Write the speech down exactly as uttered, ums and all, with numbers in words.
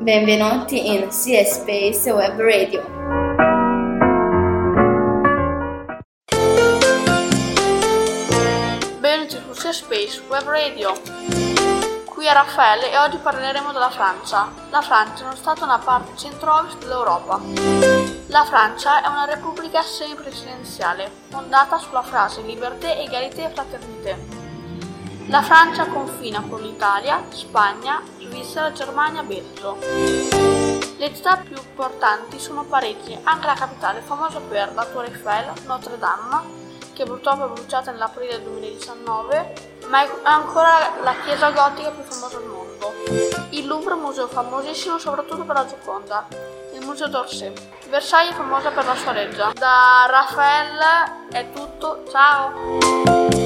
Benvenuti in Sea Space Web Radio. Benvenuti su Sea Space Web Radio. Qui è Raffaele e oggi parleremo della Francia. La Francia è uno stato nella parte centro-ovest dell'Europa. La Francia è una repubblica semipresidenziale, fondata sulla frase liberté, égalité et fraternité. La Francia confina con l'Italia, Spagna, Svizzera, Germania e Belgio. Le città più importanti sono Parigi, anche la capitale, famosa per la Tour Eiffel, Notre Dame, che purtroppo è bruciata nell'aprile duemiladiciannove, ma è ancora la chiesa gotica più famosa al mondo. Il Louvre è un museo famosissimo soprattutto per la Gioconda. Il museo d'Orsay. Versailles è famosa per la sua reggia. Da Raffaele è tutto, ciao!